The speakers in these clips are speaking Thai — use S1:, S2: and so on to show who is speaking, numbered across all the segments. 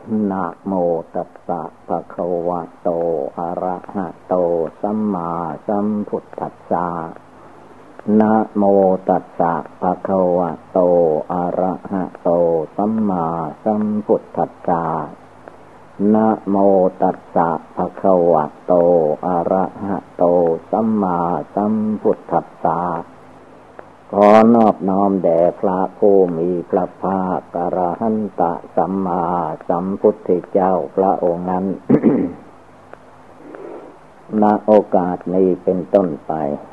S1: นะโมตัสสะภะคะวะโตอะระหะโตสัมมาสัมพุทธัสสะนะโมตัสสะภะคะวะโตอะระหะโตสัมมาสัมพุทธัสสะนะโมตัสสะภะคะวะโตอะระหะโตสัมมาสัมพุทธัสสะขอนอบน้อมแด่พระผู้มีพระภาคอรหันตสัมมาสัมพุทธเจ้าพระองค์นั้น ณ โอกาสนี้เป็นต้นไป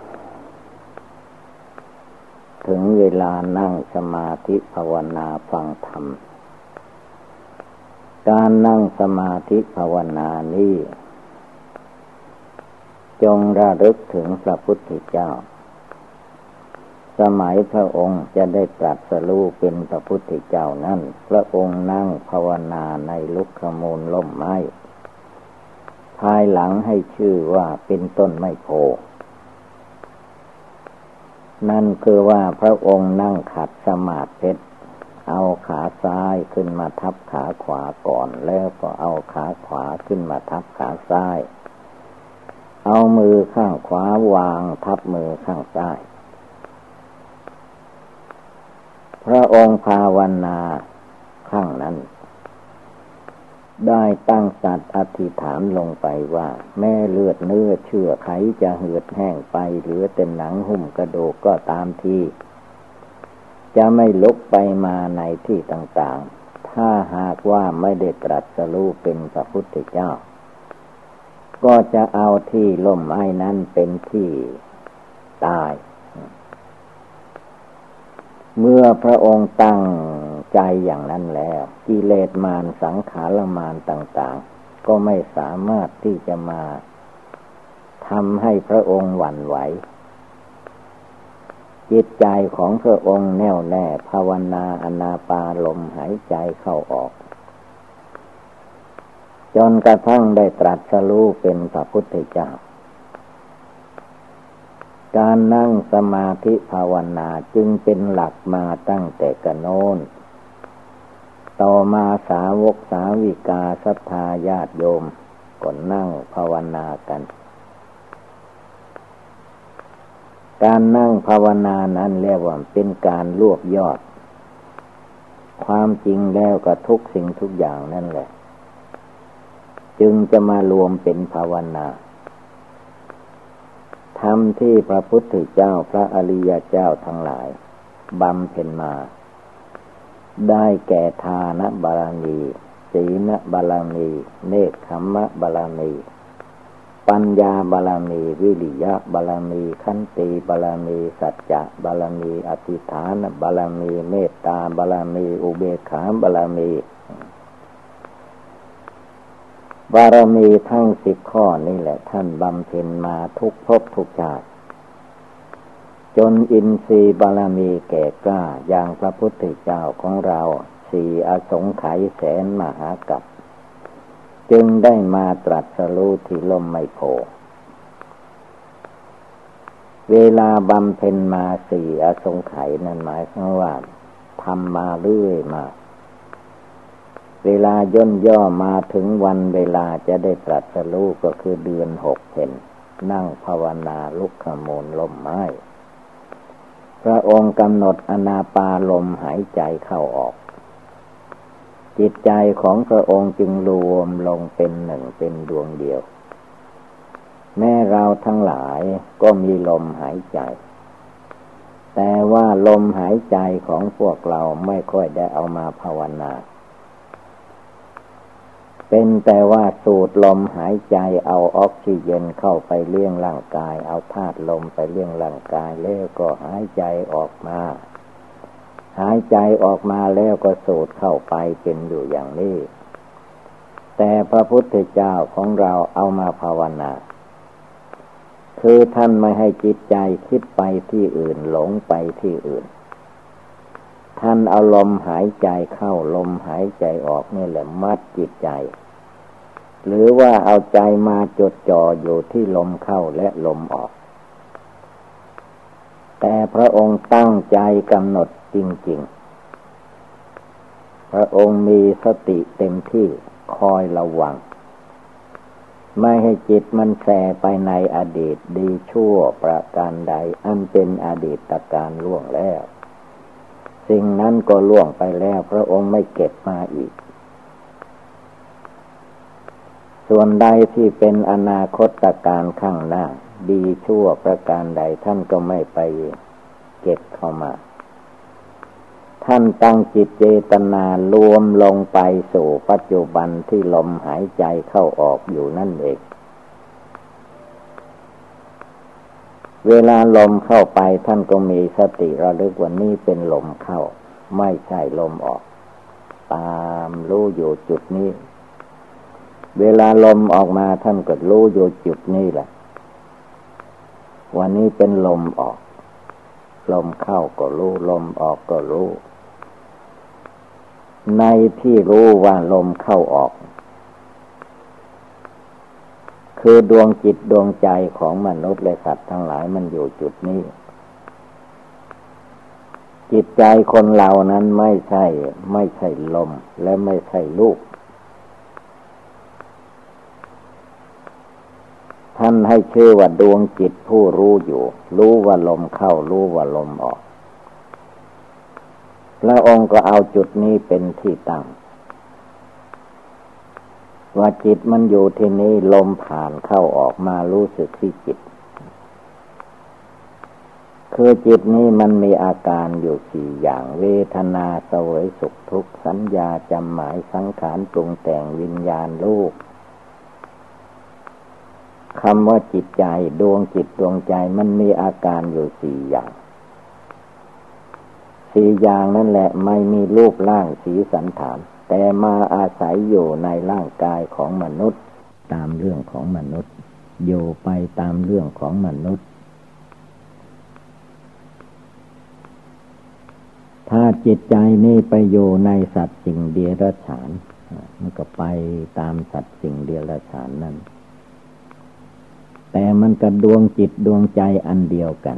S1: ถึงเวลานั่งสมาธิภาวนาฟังธรรมการนั่งสมาธิภาวนานี้จงระลึกถึงพระพุทธเจ้าสมัยพระองค์จะได้ตรัสรู้เป็นพระพุทธเจ้านั้นพระองค์นั่งภาวนาในลุกขมูลล่มไม้ภายหลังให้ชื่อว่าเป็นต้นไม้โพนั่นคือว่าพระองค์นั่งขัดสมาธิเอาขาซ้ายขึ้นมาทับขาขวาก่อนแล้วก็เอาขาขวาขึ้นมาทับขาซ้ายเอามือข้างขวาวางทับมือข้างซ้ายพระองค์ภาวนาข้างนั้นได้ตั้งสัตย์อธิษฐานลงไปว่าแม้เลือดเนื้อเชื่อไขจะเหือดแห้งไปเหลือแต่หนังหุ้มกระดูกก็ตามทีจะไม่ลุกไปมาในที่ต่างๆถ้าหากว่าไม่ได้ตรัสรู้เป็นพระพุทธเจ้าก็จะเอาที่ล่มไม้นั้นเป็นที่ตายเมื่อพระองค์ตั้งใจอย่างนั้นแล้วกิเลสมารสังขารมารต่างๆก็ไม่สามารถที่จะมาทำให้พระองค์หวั่นไหวจิตใจของพระองค์แน่วแน่ภาวนาอานาปานลมหายใจเข้าออกจนกระทั่งได้ตรัสรู้เป็นพระพุทธเจ้าการนั่งสมาธิภาวนาจึงเป็นหลักมาตั้งแต่กโน้นต่อมาสาวกสาวิกาศรัทธาญาติโยมก็นั่งภาวนากันการนั่งภาวนานั้นเรียกว่าเป็นการรวบยอดความจริงแล้วก็ทุกสิ่งทุกอย่างนั่นแหละจึงจะมารวมเป็นภาวนาธรรมที่พระพุทธเจ้าพระอริยเจ้าทั้งหลายบำเพ็ญมาได้แก่ทานบารมีศีลบารมีเนกขัมมะบารมีปัญญาบารมีวิริยะบารมีขันติบารมีสัจจะบารมีอธิษฐานบารมีเมตตาบารมีอุเบกขาบารมีบารมีทั้ง10 ข้อนี่แหละท่านบำเพ็ญมาทุกภพทุกชาติจนอินทรีย์บารมีแก่กล้าอย่างพระพุทธเจ้าของเรา4 อสงไขยแสนมหากัปจึงได้มาตรัสรู้ที่ล่มไม้โพเวลาบำเพ็ญมา4 อสงไขยนั้นหมายถึงว่าทำมาเรื่อยมาเวลาย่นย่อมาถึงวันเวลาจะได้ตรัสรู้ก็คือเดือน6 เพ็ญนั่งภาวนาลุกขมูลลมไม้พระองค์กำหนดอานาปานลมหายใจเข้าออกจิตใจของพระองค์จึงรวมลงเป็นหนึ่งเป็นดวงเดียวแม้เราทั้งหลายก็มีลมหายใจแต่ว่าลมหายใจของพวกเราไม่ค่อยได้เอามาภาวนาเป็นแต่ว่าสูดลมหายใจเอาออกซิเจนเข้าไปเลี้ยงร่างกายเอาธาตุลมไปเลี้ยงร่างกายแล้วก็หายใจออกมาหายใจออกมาแล้วก็สูดเข้าไปเป็นอยู่อย่างนี้แต่พระพุทธเจ้าของเราเอามาภาวนาคือท่านไม่ให้จิตใจคิดไปที่อื่นหลงไปที่อื่นท่านเอาลมหายใจเข้าลมหายใจออกนี่แหละมัดจิตใจหรือว่าเอาใจมาจดจ่ออยู่ที่ลมเข้าและลมออกแต่พระองค์ตั้งใจกำหนดจริงๆพระองค์มีสติเต็มที่คอยระวังไม่ให้จิตมันแส่ไปในอดีตดีชั่วประการใดอันเป็นอดีตการล่วงแล้วสิ่งนั้นก็ล่วงไปแล้วพระองค์ไม่เก็บมาอีกส่วนใดที่เป็นอนาคตการข้างหน้าดีชั่วประการใดท่านก็ไม่ไปเก็บเข้ามาท่านตั้งจิตเจตนารวมลงไปสู่ปัจจุบันที่ลมหายใจเข้าออกอยู่นั่นเองเวลาลมเข้าไปท่านก็มีสติระลึกว่านี่เป็นลมเข้าไม่ใช่ลมออกตามรู้อยู่จุดนี้เวลาลมออกมาท่านก็รู้อยู่จุดนี้แหละวันนี้เป็นลมออกลมเข้าก็รู้ลมออกก็รู้ในที่รู้ว่าลมเข้าออกคือดวงจิตดวงใจของมนุษย์และสัตว์ทั้งหลายมันอยู่จุดนี้จิตใจคนเรานั้นไม่ใช่ลมและไม่ใช่ลูกท่านให้ชื่อว่าดวงจิตผู้รู้อยู่รู้ว่าลมเข้ารู้ว่าลมออกพระองค์ก็เอาจุดนี้เป็นที่ตั้งว่าจิตมันอยู่ที่นี้ลมผ่านเข้าออกมารู้สึกที่จิตคือจิตนี้มันมีอาการอยู่สี่อย่างเวทนาเสวยสุขทุกข์สัญญาจำหมายสังขารปรุงแต่งวิญญาณรูปคำว่าจิตใจดวงจิตดวงใจมันมีอาการอยู่สี่อย่างนั่นแหละไม่มีรูปร่างสีสันฐานแต่มาอาศัยอยู่ในร่างกายของมนุษย์ตามเรื่องของมนุษย์อยู่ไปตามเรื่องของมนุษย์ถ้าจิตใจนี่ไปอยู่ในสัตว์สิ่งเดรัจฉานมันก็ไปตามสัตว์สิ่งเดรัจฉานนั้นแต่มันกับดวงจิตดวงใจอันเดียวกัน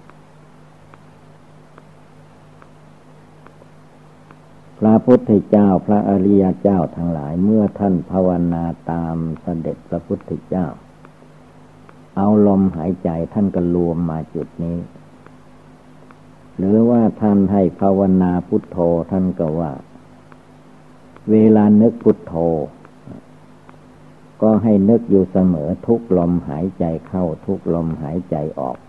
S1: พระพุทธเจ้าพระอริยเจ้าทั้งหลายเมื่อท่านภาวนาตามเสด็จพระพุทธเจ้าเอาลมหายใจท่านก็รวมมาจุดนี้หรือว่าท่านให้ภาวนาพุทโธท่านก็ว่าเวลานึกพุทโธก็ให้นึกอยู่เสมอทุกลมหายใจเข้าทุกลมหายใจออก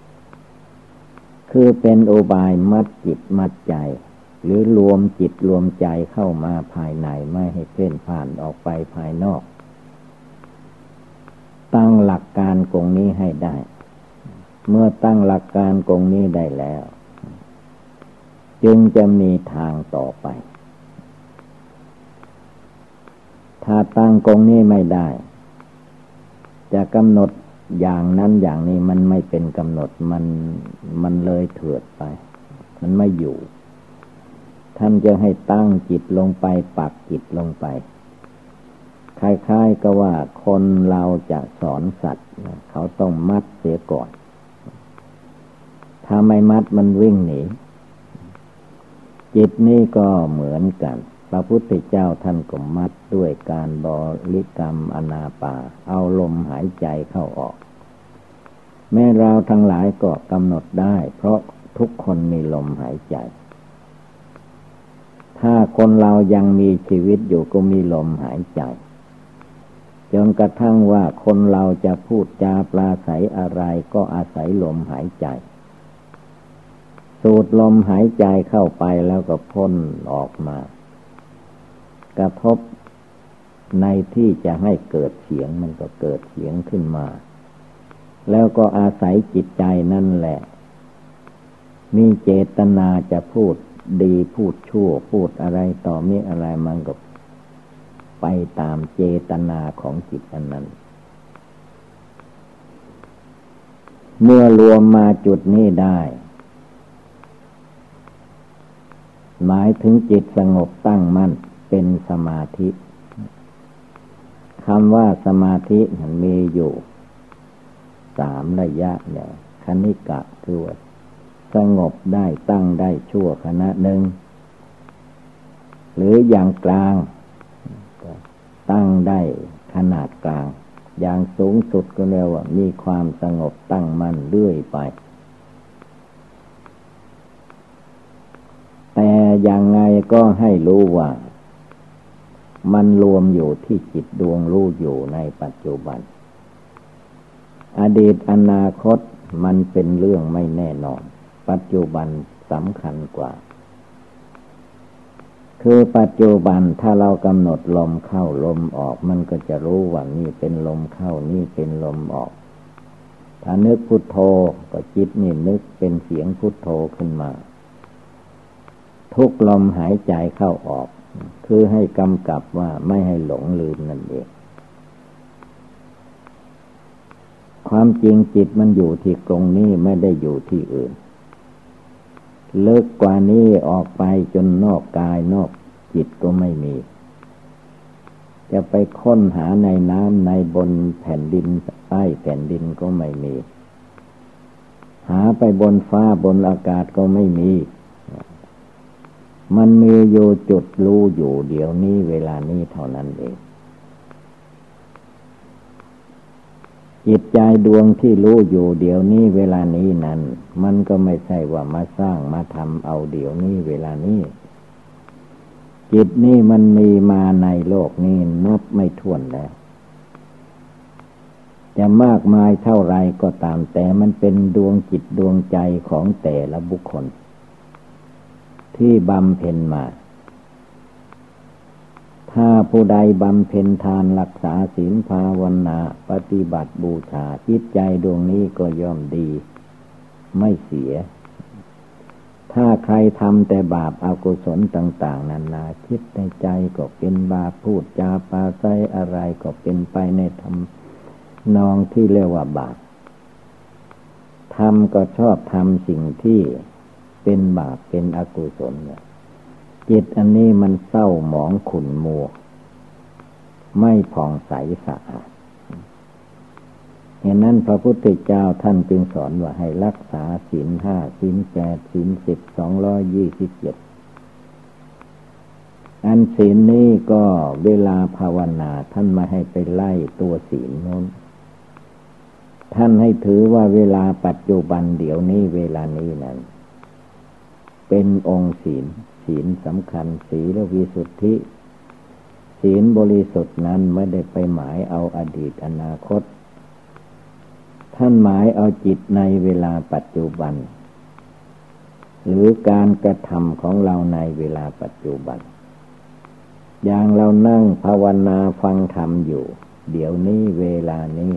S1: คือเป็นอุบายมัดจิตมัดใจหรือรวมจิตรวมใจเข้ามาภายในไม่ให้เพ่นผ่านออกไปภายนอกตั้งหลักการตรงนี้ให้ได้เมื่อตั้งหลักการตรงนี้ได้แล้วจึงจะมีทางต่อไปถ้าตั้งตรงนี้ไม่ได้จะกำหนดอย่างนั้นอย่างนี้มันไม่เป็นกำหนดมันเลยเถิดไปมันไม่อยู่ท่านจะให้ตั้งจิตลงไปปักจิตลงไปคล้ายๆก็ว่าคนเราจะสอนสัตว์เขาต้องมัดเสียก่อนถ้าไม่มัดมันวิ่งหนีจิตนี่ก็เหมือนกันพระพุทธเจ้าท่านก็มัดด้วยการบริกรรมอานาปานเอาลมหายใจเข้าออกแม้เราทั้งหลายก็กำหนดได้เพราะทุกคนมีลมหายใจถ้าคนเรายังมีชีวิตอยู่ก็มีลมหายใจจนกระทั่งว่าคนเราจะพูดจาปราศัยอะไรก็อาศัยลมหายใจสูดลมหายใจเข้าไปแล้วก็พ่นออกมากระทบในที่จะให้เกิดเสียงมันก็เกิดเสียงขึ้นมาแล้วก็อาศัยจิตใจนั่นแหละมีเจตนาจะพูดดีพูดชั่วพูดอะไรต่อมีอะไรมันก็ไปตามเจตนาของจิตอันนั้นเมื่อรวมมาจุดนี้ได้หมายถึงจิตสงบตั้งมั่นเป็นสมาธิคำว่าสมาธิมันมีอยู่3ระยะเนี่ยคณิกะคือว่าสงบได้ตั้งได้ชั่วขณะหนึ่งหรืออย่างกลางตั้งได้ขนาดกลางอย่างสูงสุดก็เรียกว่ามีความสงบตั้งมั่นเรื่อยไปแต่อย่างไงก็ให้รู้ว่ามันรวมอยู่ที่จิตดวงรู้อยู่ในปัจจุบันอดีตอนาคตมันเป็นเรื่องไม่แน่นอนปัจจุบันสำคัญกว่าคือปัจจุบันถ้าเรากำหนดลมเข้าลมออกมันก็จะรู้ว่านี่เป็นลมเข้านี่เป็นลมออกถ้านึกพุทโธก็จิตนี่นึกเป็นเสียงพุทโธขึ้นมาทุกลมหายใจเข้าออกคือให้กำกับว่าไม่ให้หลงลืมนั่นเองความจริงจิตมันอยู่ที่ตรงนี้ไม่ได้อยู่ที่อื่นเลิกกว่านี้ออกไปจนนอกกายนอกจิตก็ไม่มีจะไปค้นหาในน้ำในบนแผ่นดินใต้แผ่นดินก็ไม่มีหาไปบนฟ้าบนอากาศก็ไม่มีมันมีอยู่จุดรู้อยู่เดี๋ยวนี้เวลานี้เท่านั้นเองจิตใจดวงที่รู้อยู่เดี๋ยวนี้เวลานี้นั้นมันก็ไม่ใช่ว่ามาสร้างมาทำเอาเดี๋ยวนี้เวลานี้จิตนี่มันมีมาในโลกนี้นับไม่ถ้วนแล้วจะมากมายเท่าไรก็ตามแต่มันเป็นดวงจิตดวงใจของแต่ละบุคคลที่บำเพ็ญมาถ้าผู้ใดบำเพ็ญทานรักษาศีลภาวนาปฏิบัติบูชาจิตใจดวงนี้ก็ย่อมดีไม่เสียถ้าใครทำแต่บาปอกุศลต่างๆนานาคิดในใจก็เป็นบาปพูดจาปาใสอะไรก็เป็นไปในทำนองที่เรียกว่าบาปทำก็ชอบทำสิ่งที่เป็นบาปเป็นอกุศลจิตอันนี้มันเศร้าหมองขุ่นมัวไม่ผ่องใสสะอาดเหตุนั้นพระพุทธเจ้าท่านจึงสอนว่าให้รักษาศีล 5 ศีล 8 ศีล 10 227อันศีลนี้ก็เวลาภาวนาท่านมาให้ไปไล่ตัวศีลโน้นท่านให้ถือว่าเวลาปัจจุบันเดี๋ยวนี้เวลานี้นั้นเป็นองค์ศีลสำคัญศีลวิสุทธิศีลบริสุทธิ์นั้นไม่ได้ไปหมายเอาอดีตอนาคตท่านหมายเอาจิตในเวลาปัจจุบันหรือการกระทำของเราในเวลาปัจจุบันอย่างเรานั่งภาวนาฟังธรรมอยู่เดี๋ยวนี้เวลานี้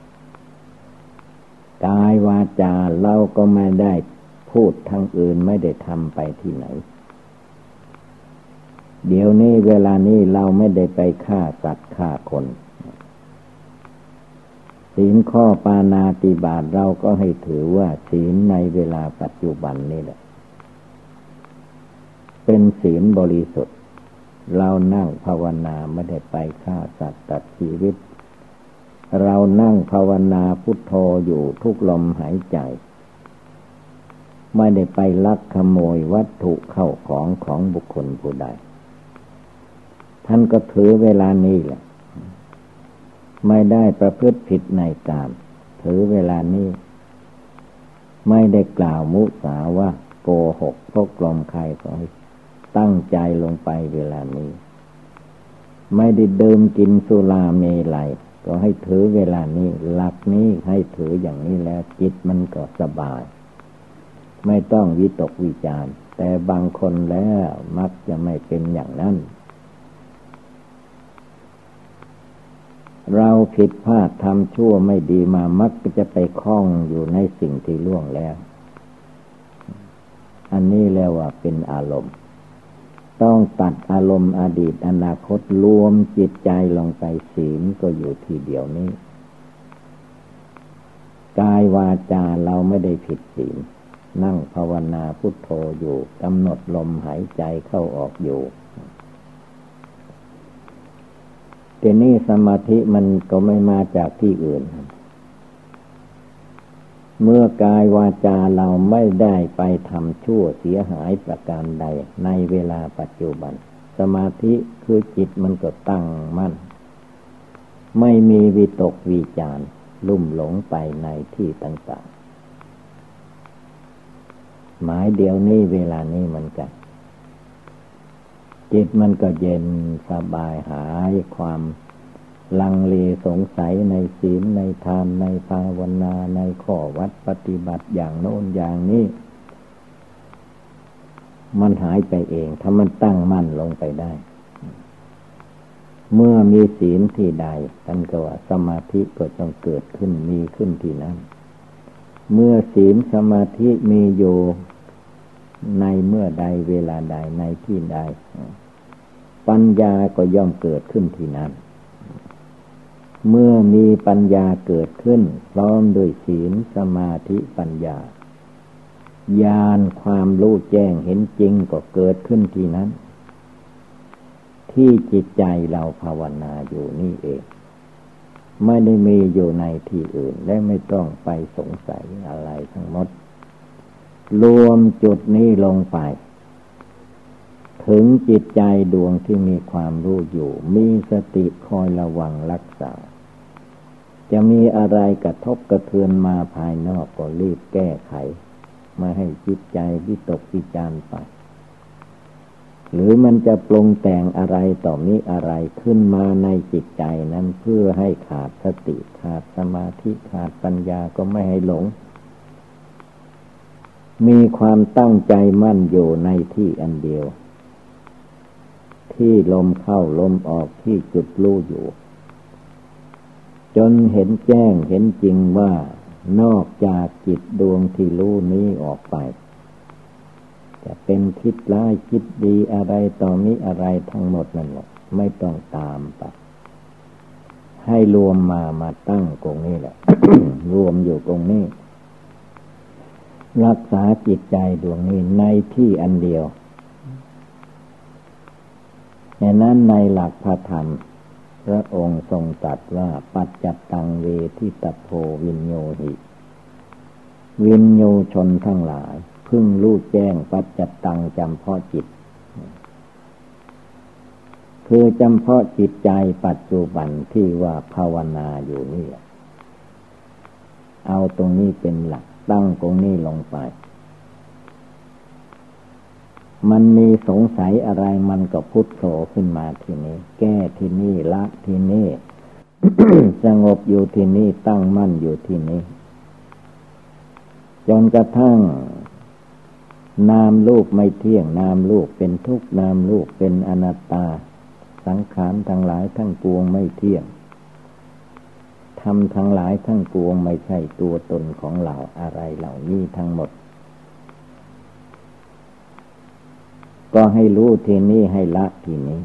S1: กายวาจาเราก็ไม่ได้พูดทางอื่นไม่ได้ทำไปที่ไหนเดี๋ยวนี้เวลานี้เราไม่ได้ไปฆ่าสัตว์ฆ่าคนศีลข้อปาณาติบาตเราก็ให้ถือว่าศีลในเวลาปัจจุบันนี่แหละเป็นศีลบริสุทธิ์เรานั่งภาวนาไม่ได้ไปฆ่าสัตว์ตัดชีวิตเรานั่งภาวนาพุทโธอยู่ทุกลมหายใจไม่ได้ไปลักขโมยวัตถุเข้าของบุคคลผู้ใดท่านก็ถือเวลานี้แหละไม่ได้ประพฤติผิดในกามถือเวลานี้ไม่ได้กล่าวมุสาวาโกหกพกลมใครก็ให้ตั้งใจลงไปเวลานี้ไม่ได้ดื่มกินสุราเมลัยก็ให้ถือเวลานี้หลักนี้ให้ถืออย่างนี้แล้วจิตมันก็สบายไม่ต้องวิตกวิจารณ์แต่บางคนแล้วมักจะไม่เป็นอย่างนั้นเราผิดพลาดทำชั่วไม่ดีมามักจะไปคล้องอยู่ในสิ่งที่ล่วงแล้วอันนี้เรียกว่าเป็นอารมณ์ต้องตัดอารมณ์อดีตอนาคตรวมจิตใจลงไปศีลก็อยู่ที่เดียวนี้กายวาจาเราไม่ได้ผิดศีลนั่งภาวนาพุทโธอยู่กำหนดลมหายใจเข้าออกอยู่แต่นี่สมาธิมันก็ไม่มาจากที่อื่นเมื่อกายวาจาเราไม่ได้ไปทำชั่วเสียหายประการใดในเวลาปัจจุบันสมาธิคือจิตมันก็ตั้งมั่นไม่มีวิตกวิจารลุ่มหลงไปในที่ต่างๆหมายเดียวนี้เวลานี้มันกันจิตมันก็เย็นสบายหายความลังเลสงสัยในศีลในทานในภาวนาในข้อวัดปฏิบัติอย่างโน้นอย่างนี้มันหายไปเองถ้ามันตั้งมั่นลงไปได้เมื่อมีศีลที่ใดท่านก็ว่าสมาธิก็ต้องเกิดขึ้นมีขึ้นที่นั้นเมื่อศีลสมาธิมีอยู่ในเมื่อใดเวลาใดในที่ใดปัญญาก็ย่อมเกิดขึ้นที่นั้นเมื่อมีปัญญาเกิดขึ้นพร้อมด้วยศีลสมาธิปัญญาญาณความรู้แจ้งเห็นจริงก็เกิดขึ้นที่นั้นที่จิตใจเราภาวนาอยู่นี่เองไม่ได้มีอยู่ในที่อื่นและไม่ต้องไปสงสัยอะไรทั้งหมดรวมจุดนี้ลงไปถึงจิตใจดวงที่มีความรู้อยู่มีสติคอยระวังรักษาจะมีอะไรกระทบกระเทือนมาภายนอกก็รีบแก้ไขไม่ให้จิตใจวิตกวิจารไปหรือมันจะปรุงแต่งอะไรต่อมีอะไรขึ้นมาในจิตใจนั้นเพื่อให้ขาดสติขาดสมาธิขาดปัญญาก็ไม่ให้หลงมีความตั้งใจมั่นอยู่ในที่อันเดียวที่ลมเข้าลมออกที่จุดรู้อยู่จนเห็นแจ้งเห็นจริงว่านอกจากจิตดวงที่รู้นี้ออกไปจะเป็นคิดร้ายคิดดีอะไรต่อมีอะไรทั้งหมดนั่นแหละไม่ต้องตามไปให้รวมมาตั้งตรงนี้แหละ รวมอยู่ตรงนี้รักษาจิตใจดวงนี้ในที่อันเดียวฉะนั้นในหลักพระธรรมพระองค์ทรงตรัสว่าปัจจัตตังเวทิตโพวินโยหิวินโยชนทั้งหลายพึงรู้แจ้งปัจจัตตังจำเพาะจิตคือจำเพาะจิตใจปัจจุบันที่ว่าภาวนาอยู่นี่เอาตรงนี้เป็นหลักตั้งตรงนี้ลงไปมันมีสงสัยอะไรมันก็พุทโธขึ้นมาที่นี้แก้ที่นี่ละที่นี่ สงบอยู่ที่นี่ตั้งมั่นอยู่ที่นี้จนกระทั่งนามรูปไม่เที่ยงนามรูปเป็นทุกข์นามรูปเป็นอนัตตาสังขารทั้งหลายทั้งปวงไม่เที่ยงธรรมทั้งหลายทั้งปวงไม่ใช่ตัวตนของเราอะไรเหล่านี้ทั้งหมดก็ให้รู้ทีนี้ให้ละทีนี้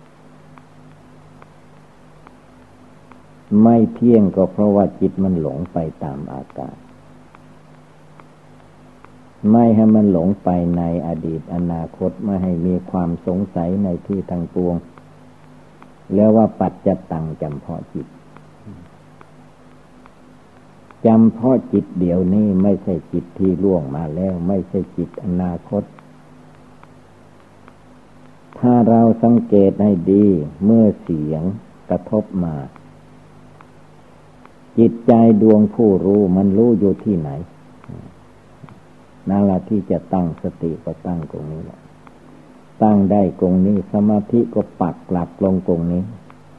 S1: ไม่เที่ยงก็เพราะว่าจิตมันหลงไปตามอาการไม่ให้มันหลงไปในอดีตอนาคตไม่ให้มีความสงสัยในที่ทั้งปวงแล้วว่าปัจจัตตังจำเพาะจิตจำเพาะจิตเดี๋ยวนี้ไม่ใช่จิตที่ล่วงมาแล้วไม่ใช่จิตอนาคตถ้าเราสังเกตให้ดีเมื่อเสียงกระทบมาจิตใจดวงผู้รู้มันรู้อยู่ที่ไหนนั่นแหละที่จะตั้งสติก็ตั้งตรงนี้แหละตั้งได้ตรงนี้สมาธิก็ปักหลักลงตรงนี้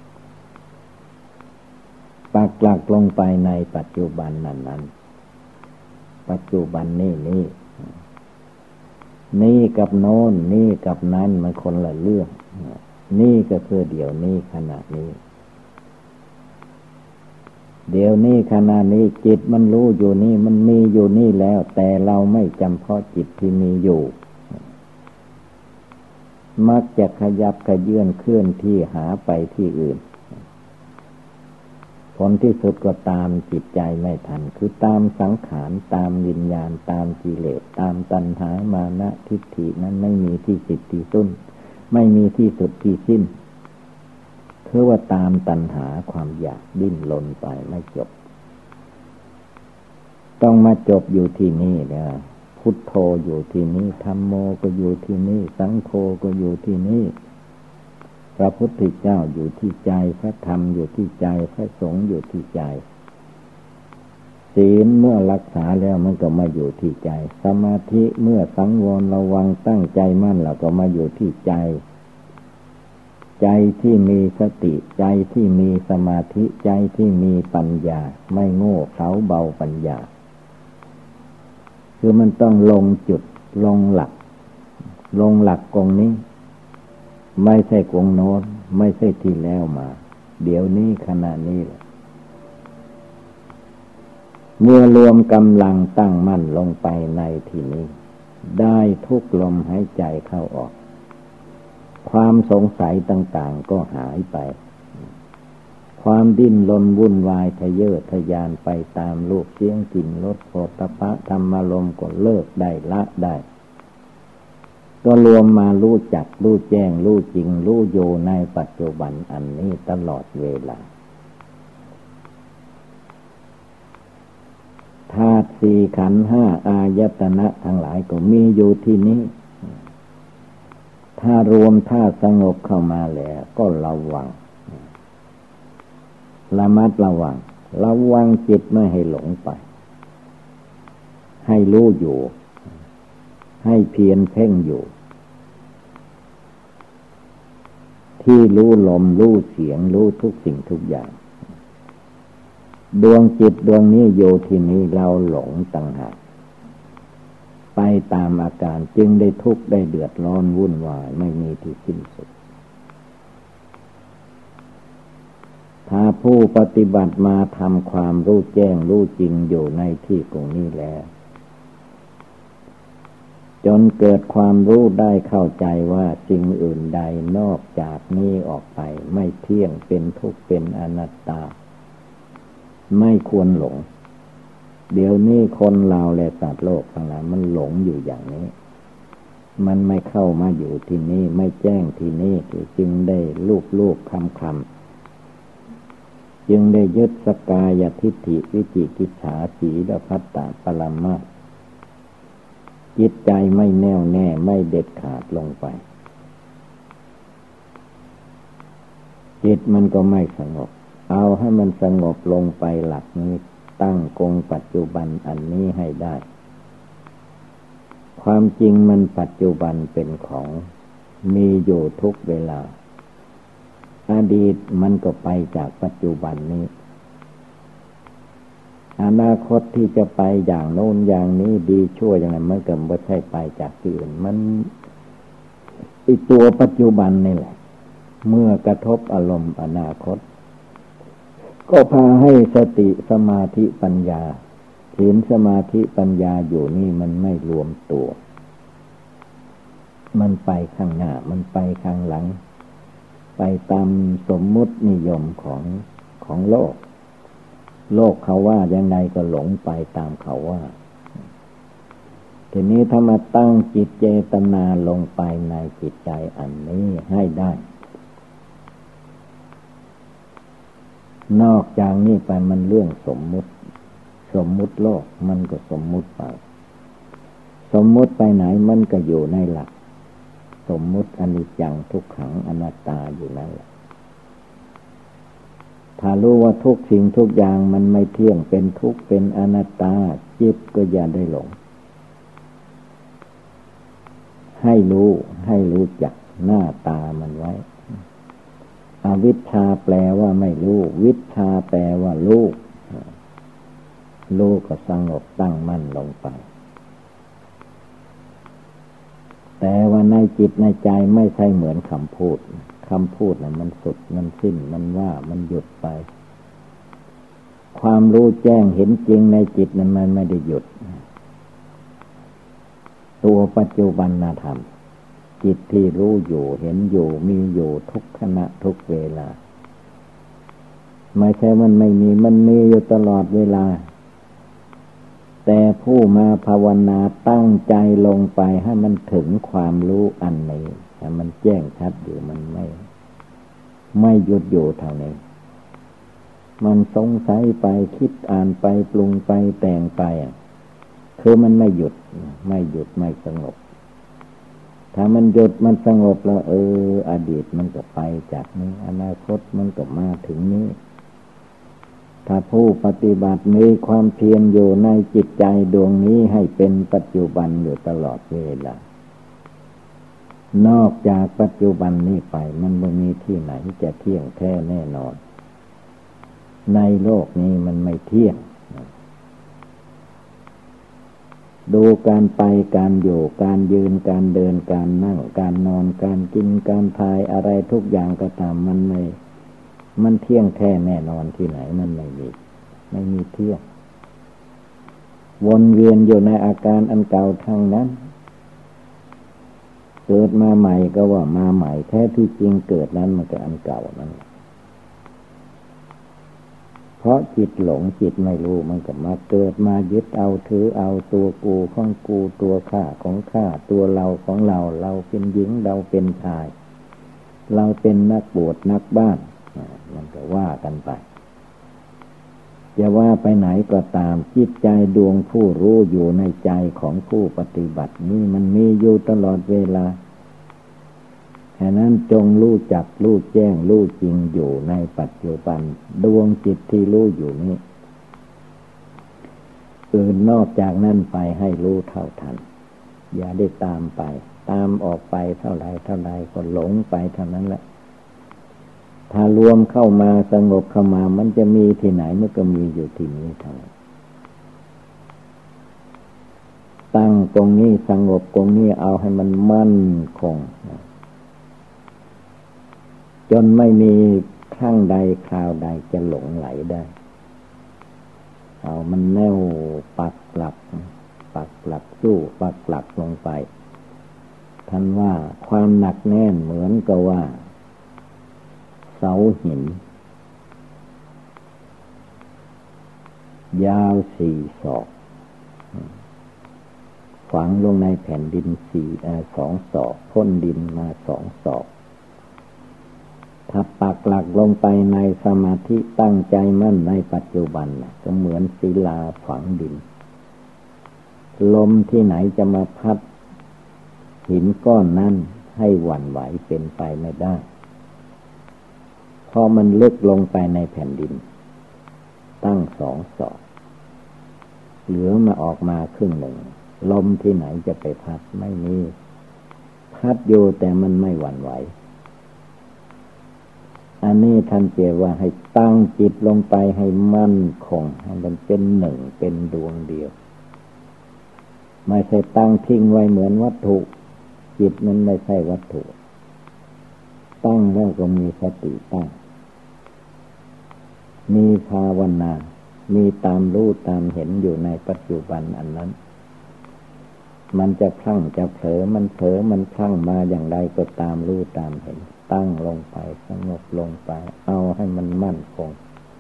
S1: ปักหลักลงไปในปัจจุบันนั้นปัจจุบันนี่กับโน้นนี่กับนั้นมันคนละเรื่องนี่ก็คือเดี๋ยวนี้ขณะนี้เดี๋ยวนี้ขณะนี้จิตมันรู้อยู่นี่มันมีอยู่นี่แล้วแต่เราไม่จำเพาะจิตที่มีอยู่มักจะขยับขยื่นเคลื่อนที่หาไปที่อื่นผลที่สุดก็ตามจิตใจไม่ทันคือตามสังขารตามวิญญาณตามกิเลสตามตัณหามานะทิฏฐินั้นไม่มีที่สิ้นที่สุดไม่มีที่สุดที่สิ้นคือว่าตามตัณหาความอยากดิ้นรนไปไม่จบต้องมาจบอยู่ที่นี่นะพุทโธอยู่ที่นี่ธัมโมก็อยู่ที่นี่สังโฆก็อยู่ที่นี่พระพุทธเจ้าอยู่ที่ใจพระธรรมอยู่ที่ใจพระสงฆ์อยู่ที่ใจศีลเมื่อรักษาแล้วมันก็มาอยู่ที่ใจสมาธิเมื่อสังวรระวังตั้งใจมั่นแล้วก็มาอยู่ที่ใจใจที่มีสติใจที่มีสมาธิใจที่มีปัญญาไม่โง่เขลาเบาปัญญาคือมันต้องลงจุดลงหลักกงนี้ไม่ใช่กงโน้นไม่ใช่ที่แล้วมาเดี๋ยวนี้ขณะนี้แหละเมื่อรวมกำลังตั้งมั่นลงไปในที่นี้ได้ทุกลมหายใจเข้าออกความสงสัยต่างๆก็หายไปความดิ้นรนวุ่นวายทะเยอทะยานไปตามรูปเสียงกลิ่นรสโผฏฐัพพะธรรมารมณ์ก็เลิกได้ละได้ก็รวมมารู้จักรู้แจ้งรู้จริงรู้อยู่ในปัจจุบันอันนี้ตลอดเวลาธาตุสี่ขันธ์ห้าอายตนะทั้งหลายก็มีอยู่ที่นี้ถ้ารวมถ้าสงบเข้ามาแล้วก็ระวังระมัดระวังจิตไม่ให้หลงไปให้รู้อยู่ให้เพียรเพ่งอยู่ที่รู้ลมรู้เสียงรู้ทุกสิ่งทุกอย่างดวงจิตดวงนี้อยู่ที่นี้เราหลงต่างหากไปตามอาการจึงได้ทุกข์ได้เดือดร้อนวุ่นวายไม่มีที่สิ้นสุดถ้าผู้ปฏิบัติมาทำความรู้แจ้งรู้จริงอยู่ในที่ตรงนี้แล้วจนเกิดความรู้ได้เข้าใจว่าสิ่งอื่นใดนอกจากนี้ออกไปไม่เที่ยงเป็นทุกข์เป็นอนัตตาไม่ควรหลงเดี๋ยวนี้คนเราและสัตว์โลกทั้งหลายมันหลงอยู่อย่างนี้มันไม่เข้ามาอยู่ที่นี่ไม่แจ้งที่นี่จึงได้ลูกคำจึงได้ยึดสกายทิฏฐิวิจิกิจฉาสีลพัตตปรมาสจิตใจไม่แน่วแน่ไม่เด็ดขาดลงไปจิตมันก็ไม่สงบเอาให้มันสงบลงไปหลักนี้ตั้งคงปัจจุบันอันนี้ให้ได้ความจริงมันปัจจุบันเป็นของมีอยู่ทุกเวลาอดีตมันก็ไปจากปัจจุบันนี้อนาคตที่จะไปอย่างโน้นอย่างนี้ดีชั่วอย่างไรมันก็ไม่ใช่ไปจากที่อื่นมันอีตัวปัจจุบันนี่แหละเมื่อกระทบอารมณ์อนาคตก็พาให้สติสมาธิปัญญาศีลสมาธิปัญญาอยู่นี่มันไม่รวมตัวมันไปข้างหน้ามันไปข้างหลังไปตามสมมุตินิยมของโลกเขาว่ายังไงก็หลงไปตามเขาว่าทีนี้ถ้ามาตั้งจิตเจตนาลงไปในจิตใจอันนี้ให้ได้นอกจากนี้ไปมันเรื่องสมมุติโลกมันก็สมมุติไปสมมุติไปไหนมันก็อยู่ในหลักสมมุติอนิจจังทุกขังอนัตตาอยู่นั่นแหละถ้ารู้ว่าทุกสิ่งทุกอย่างมันไม่เที่ยงเป็นทุกข์เป็นอนัตตาจิตก็อย่าได้หลงให้รู้จักหน้าตามันไว้อวิชชาแปลว่าไม่รู้วิชชาแปลว่ารู้ก็สงบตั้งมั่นลงไปแต่ว่าในจิตในใจไม่ใช่เหมือนคำพูดนะมันสุดมันสิ้นมันว่ามันหยุดไปความรู้แจ้งเห็นจริงในจิตนั้นมันไม่ได้หยุดตัวปัจจุบันธรรมจิตที่รู้อยู่เห็นอยู่มีอยู่ทุกขณะทุกเวลาไม่ใช่มันไม่มีมันมีอยู่ตลอดเวลาแต่ผู้มาภาวนาตั้งใจลงไปให้มันถึงความรู้อันนี้ให้มันแจ้งชัดอยู่มันไม่หยุดอยู่เท่านี้มันสงสัยไปคิดอ่านไปปรุงไปแต่งไปคือมันไม่หยุดไม่สงบถ้ามันหยุดมันสงบแล้วอดีตมันก็ไปจากนี้อนาคตมันก็มาถึงนี้ถ้าผู้ปฏิบัติมีความเพียรอยู่ในจิตใจดวงนี้ให้เป็นปัจจุบันอยู่ตลอดเวลานอกจากปัจจุบันนี้ไปมันไม่มีที่ไหนจะเที่ยงแท้แน่นอนในโลกนี้มันไม่เที่ยงดูการไปการอยู่การยืนการเดินการนั่งการนอนการกินการทายอะไรทุกอย่างก็ตามมันเที่ยงแท้แน่นอนที่ไหนมันไม่มีเที่ยงวนเวียนอยู่ในอาการอันเก่าทั้งนั้นเกิดมาใหม่ก็ว่ามาใหม่แท้ที่จริงเกิดนั้นมันก็อันเก่านั้นเพราะจิตหลงจิตไม่รู้มันก็มาเกิดมายึดเอาถือเอาตัวกูของกูตัวข้าของข้าตัวเราของเราเราเป็นหญิงเราเป็นชายเราเป็นนักบวชนักบ้านมันก็ว่ากันไปจะว่าไปไหนก็ตามจิตใจดวงผู้รู้อยู่ในใจของผู้ปฏิบัตินี้มันมีอยู่ตลอดเวลาฉะนั้นจงรู้จักรู้แจ้งรู้จริงอยู่ในปัจจุบันดวงจิตที่รู้อยู่นี้อื่นนอกจากนั้นไปให้รู้เท่าทันอย่าได้ตามไปตามออกไปเท่าไรก็หลงไปเท่านั้นแหละถ้ารวมเข้ามาสงบเข้ามามันจะมีที่ไหนมันก็มีอยู่ที่นี้เท่านั้นตั้งตรงนี้สงบตรงนี้เอาให้มันมั่นคงจนไม่มีครั้งใดคราวใดจะหลงไหลได้เอามันแน่วปักหลักสู้ปักหลักลงไปท่านว่าความหนักแน่นเหมือนกับว่าเสาหินยาว4 ศอกฝังลงในแผ่นดิน2 ศอกพ้นดินมา2 ศอกถ้าปักหลักลงไปในสมาธิตั้งใจมั่นในปัจจุบันก็เหมือนศิลาฝังดินลมที่ไหนจะมาพัดหินก้อนนั้นให้หวั่นไหวเป็นไปไม่ได้เพราะมันลึกลงไปในแผ่นดินตั้ง2 ศอกเหลือมาออกมาครึ่งหนึ่งลมที่ไหนจะไปพัดไม่มีพัดอยู่แต่มันไม่หวั่นไหวอันนี้ท่านเจว่าให้ตั้งจิตลงไปให้มั่นคงให้มันเป็นหนึ่งเป็นดวงเดียวไม่ใช่ตั้งทิ้งไว้เหมือนวัตถุจิตมันไม่ใช่วัตถุตั้งแล้วก็มีสติตั้งมีภาวนามีตามรู้ตามเห็นอยู่ในปัจจุบันอันนั้นมันจะพลั่งจะเผลอมันเผลอมันพลั่งมาอย่างไรก็ตามรู้ตามเห็นตั้งลงไปสงบลงไปเอาให้มันมั่นคง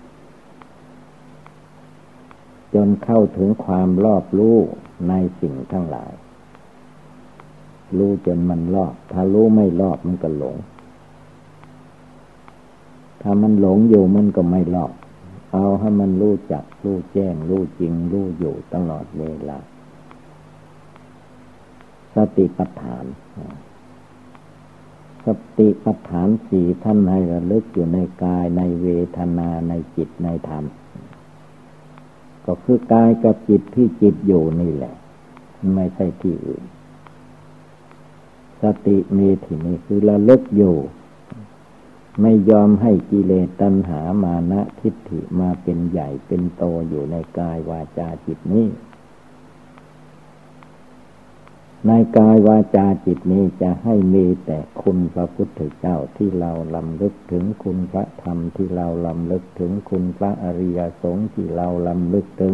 S1: จนเข้าถึงความรอบรู้ในสิ่งทั้งหลายรู้จนมันรอบถ้ารู้ไม่รอบมันก็หลงถ้ามันหลงอยู่มันก็ไม่รอบเอาให้มันรู้จักรู้แจ้งรู้จริงรู้อยู่ตลอดเวลาสติปัฏฐานสติปัฏฐาน4ท่านให้ระลึกอยู่ในกายในเวทนาในจิตในธรรมก็คือกายกับจิตที่จิตอยู่นี่แหละไม่ใช่ที่อื่นสติมีที่นี่คือระลึกอยู่ไม่ยอมให้กิเลสตัณหามานะทิฏฐิมาเป็นใหญ่เป็นโตอยู่ในกายวาจาจิตนี้ในกายวาจาจิตนี้จะให้มีแต่คุณพระพุทธเจ้าที่เราลำลึกถึงคุณพระธรรมที่เราลำลึกถึงคุณพระอริยสงฆ์ที่เราลำลึกถึง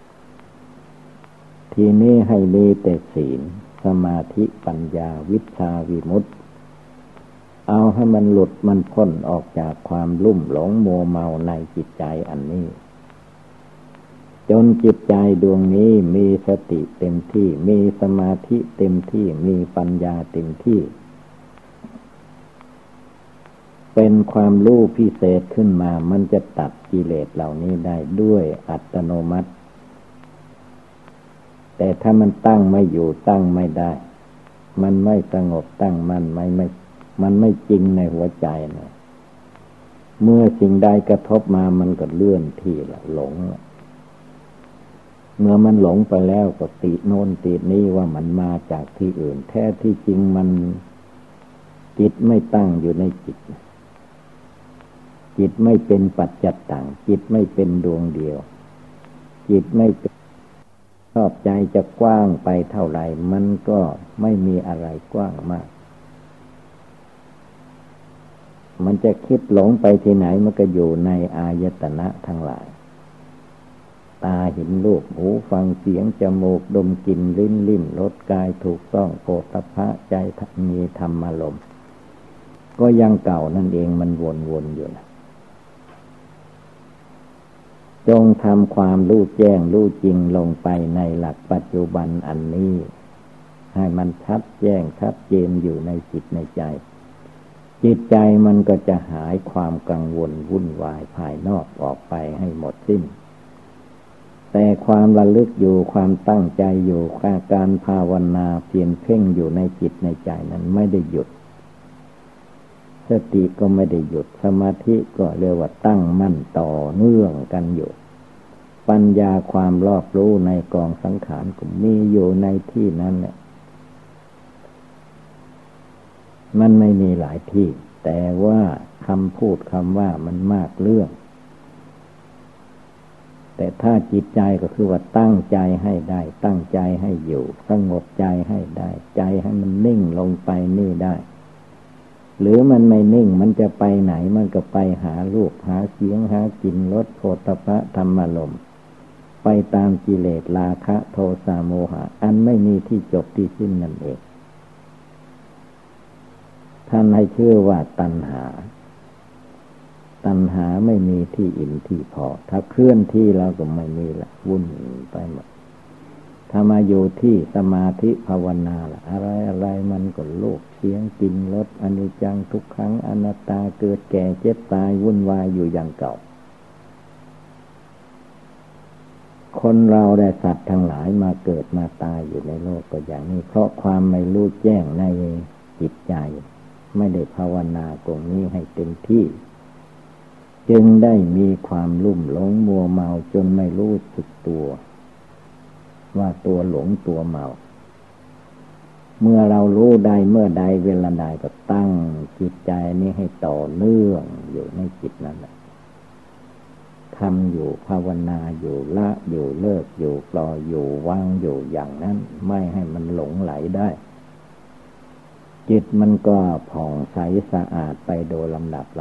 S1: ทีนี้ให้มีแต่ศีลสมาธิปัญญาวิชาวิมุตติเอาให้มันหลุดมันพ้นออกจากความลุ่มหลงมัวเมาในจิตใจอันนี้จนจิตใจดวงนี้มีสติเต็มที่มีสมาธิเต็มที่มีปัญญาเต็มที่เป็นความรู้พิเศษขึ้นมามันจะตัดกิเลสเหล่านี้ได้ด้วยอัตโนมัติแต่ถ้ามันตั้งไม่อยู่ตั้งไม่ได้มันไม่สงบตั้งมันมันไม่จริงในหัวใจนะเมื่อสิ่งใดกระทบมามันก็เลื่อนที่ละหลงละเมื่อมันหลงไปแล้วก็ติโน่นตินี้ว่ามันมาจากที่อื่นแท้ที่จริงมันจิตไม่ตั้งอยู่ในจิตจิตไม่เป็นปัจจัตตังจิตไม่เป็นดวงเดียวจิตไม่เป็นชอบใจจะกว้างไปเท่าไหร่มันก็ไม่มีอะไรกว้างมากมันจะคิดหลงไปที่ไหนมันก็อยู่ในอายตนะทั้งหลายตาเห็นรูปหูฟังเสียงจมูกดมกลิ่นลิ้นลิ้มรสกายถูกต้องโผฏฐัพพะใจมีธรรมารมณ์ก็ยังเก่านั่นเองมันวนๆอยู่นะจงทำความรู้แจ้งรู้จริงลงไปในหลักปัจจุบันอันนี้ให้มันชัดแจ้งชัดเจนอยู่ในจิตในใจจิตใจมันก็จะหายความกังวลวุ่นวายภายนอกออกไปให้หมดสิ้นแต่ความระลึกอยู่ความตั้งใจอยู่การภาวนาเพียรเพ่งอยู่ในจิตในใจนั้นไม่ได้หยุดสติก็ไม่ได้หยุดสมาธิก็เรียกว่าตั้งมั่นต่อเนื่องกันอยู่ปัญญาความรอบรู้ในกองสังขารก็มีอยู่ในที่นั้นแหละมันไม่มีหลายที่แต่ว่าคำพูดคำว่ามันมากเรื่องแต่ถ้าจิตใจก็คือว่าตั้งใจให้ได้ตั้งใจให้อยู่สงบใจให้ได้ใจให้มันนิ่งลงไปนี่ได้หรือมันไม่นิ่งมันจะไปไหนมันก็ไปหารูปหาเสียงหากลิ่นรสโผฏฐัพพะธรรมารมณ์ไปตามกิเลสราคะโทสะโมหะอันไม่มีที่จบที่สิ้นนั่นเองท่านให้ชื่อว่าตัณหาไม่มีที่อิ่มที่พอถ้าเคลื่อนที่เราก็ไม่มีละวุ่นไปหมดถ้ามาอยู่ที่สมาธิภาวนาล่ะอะไรมันก็โลกเสียงกลิ่นรสอนิจจังทุกขังอนัตตาเกิดแก่เจ็บตายวุ่นวายอยู่อย่างเก่าคนเราได้สัตว์ทั้งหลายมาเกิดมาตายอยู่ในโลกก็อย่างนี้เพราะความไม่รู้แจ้งในจิตใจไม่ได้ภาวนาตรงนี้ให้เต็มที่จึงได้มีความลุ่มหลงมัวเมาจนไม่รู้สึกตัวว่าตัวหลงตัวเมาเมื่อเรารู้ได้เมื่อใดเวลาใดก็ตั้งจิตใจนี้ให้ต่อเนื่องอยู่ในจิตนั่นแหละทำอยู่ภาวนาอยู่ละอยู่เลิกอยู่ปล่อยอยู่วางอยู่อย่างนั้นไม่ให้มันหลงไหลได้จิตมันก็ผ่องใสสะอาดไปโดยลำดับ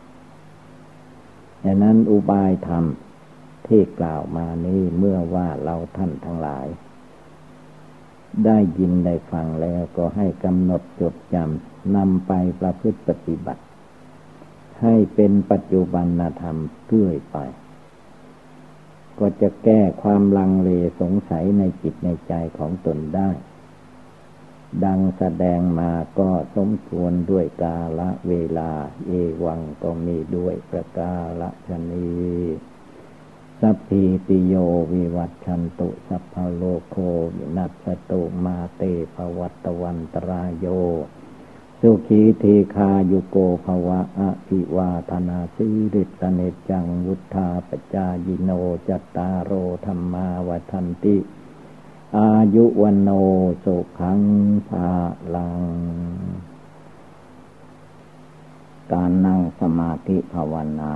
S1: ดังนั้นอุบายธรรมที่กล่าวมานี้เมื่อว่าเราท่านทั้งหลายได้ยินได้ฟังแล้วก็ให้กำหนดจดจำนำไปประพฤติปฏิบัติให้เป็นปัจจุบันธรรมเรื่อยไปก็จะแก้ความลังเลสงสัยในจิตในใจของตนได้ดังแสดงมาก็สมควรด้วยกาลเวลาเอวังก็มีด้วยประกาศนีสัพพิติโยวิวัชชันตุสัพพะโลกโควินัสสตุมาเตภวัตวันตรายโยสุขีเทคายุโกภวะอภิวาทนาสิริสเนจังวุธาปจายโนจัตตารโอธรรมาวัฏันติอายุวันโนสุขังภาลังการนั่งสมาธิภาวนา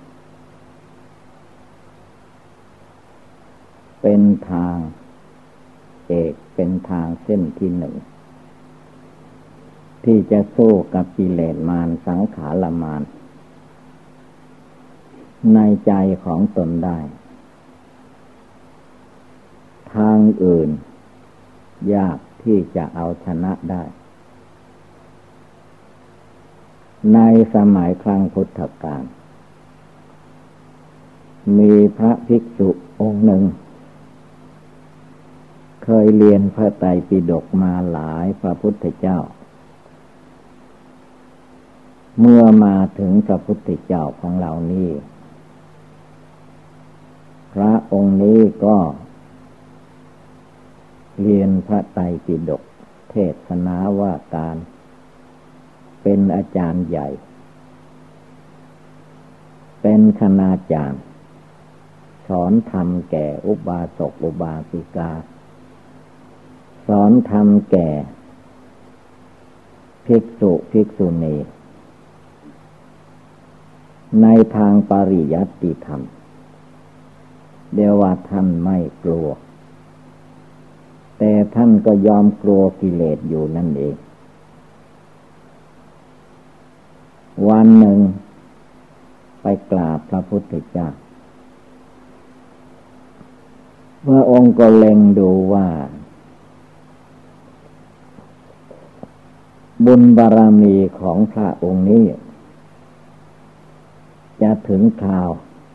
S1: เป็นทางเอกเป็นทางเส้นที่หนึ่งที่จะสู้กับกิเลสมารสังขารมารในใจของตนได้ทางอื่นยากที่จะเอาชนะได้ในสมัยครั้งพุทธกาลมีพระภิกษุองค์หนึ่งเคยเรียนพระไตรปิฎกมาหลายพระพุทธเจ้าเมื่อมาถึงพระพุทธเจ้าของเรานี้พระองค์นี้ก็เรียนพระไตรปิฎกเทศนาว่าการเป็นอาจารย์ใหญ่เป็นคณาจารย์สอนธรรมแก่อุบาสกอุบาสิกาสอนธรรมแก่ภิกษุภิกษุณีในทางปริยัติธรรมเดี๋ยวว่าท่านไม่กลัวแต่ท่านก็ยอมกลัวกิเลสอยู่นั่นเองวันหนึ่งไปกราบพระพุทธเจ้าพระองค์ก็เล็งดูว่าบุญบารมีของพระองค์นี้จะถึงคราว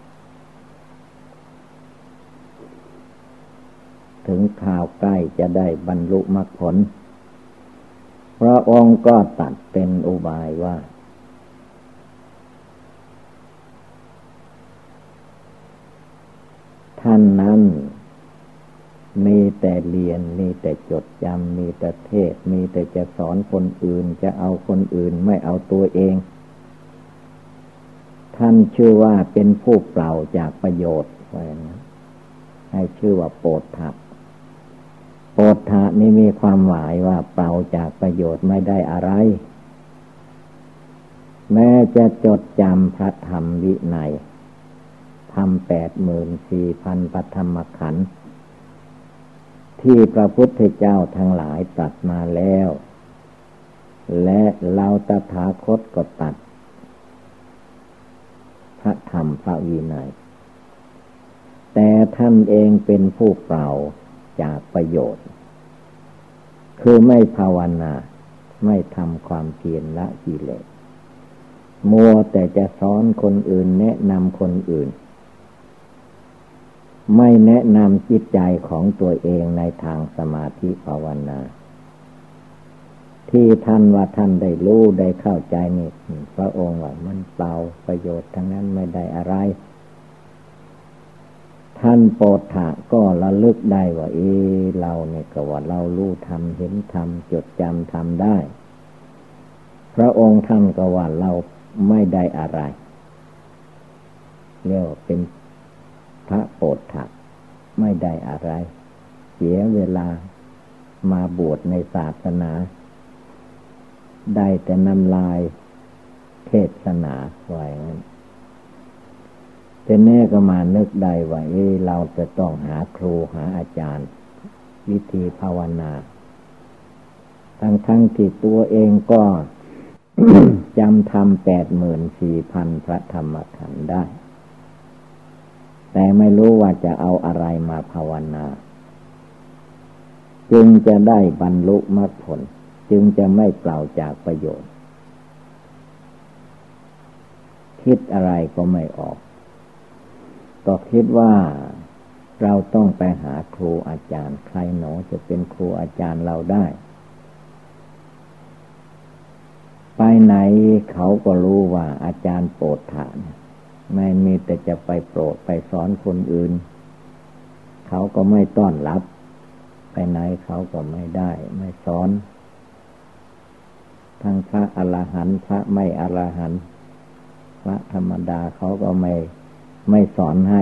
S1: ใกล้จะได้บรรลุมรรคผลพระองค์ก็ตัดเป็นอุบายว่าท่านนั้นมีแต่เรียนมีแต่จดจำมีแต่เทศมีแต่จะสอนคนอื่นจะเอาคนอื่นไม่เอาตัวเองท่านชื่อว่าเป็นผู้เปล่าจากประโยชน์ให้ชื่อว่าโปฏฐะโปฏฐะนี่มีความหมายว่าเปล่าจากประโยชน์ไม่ได้อะไรแม้จะจดจำพระธรรมวินัยธรรม 84,000 ปฐมขันธ์ที่พระพุทธเจ้าทั้งหลายตรัสมาแล้วและเราตถาคตก็ตรัสพระธรรมพระวินัยแต่ท่านเองเป็นผู้เปล่าจากประโยชน์คือไม่ภาวนาไม่ทำความเพียรละกิเลสมัวแต่จะสอนคนอื่นแนะนำคนอื่นไม่แนะนำจิตใจของตัวเองในทางสมาธิภาวนาที่ท่านว่าท่านได้รู้ได้เข้าใจนี่พระองค์ว่ามันเปล่าประโยชน์ทั้งนั้นไม่ได้อะไรท่านโปฏฐะก็ระลึกได้ว่าเราเนี่ยก็ว่าเรารู้ธรรมเห็นธรรมจดจำธรรมได้พระองค์ท่านก็ว่าเราไม่ได้อะไรเรียกว่าเป็นพระโปฏฐะไม่ได้อะไรเสียเวลามาบวชในศาสนาได้แต่น้ำลายเทศนาไว้งั้นแต่แน่ก็มานึกได้ว่าเราจะต้องหาครูหาอาจารย์วิธีภาวนาทั้งที่ตัวเองก็ จำธรรม 84,000 พระธรรมขันธ์ได้แต่ไม่รู้ว่าจะเอาอะไรมาภาวนาจึงจะได้บรรลุมรรคผลจึงจะไม่เปล่าจากประโยชน์คิดอะไรก็ไม่ออกก็คิดว่าเราต้องไปหาครูอาจารย์ใครหนอจะเป็นครูอาจารย์เราได้ไปไหนเขาก็รู้ว่าอาจารย์โปรดฐานไม่มีแต่จะไปโปรดไปสอนคนอื่นเขาก็ไม่ต้อนรับไปไหนเขาก็ไม่ได้ไม่สอนทั้งพระอรหันต์พระไม่อรหันต์พระธรรมดาเขาก็ไม่สอนให้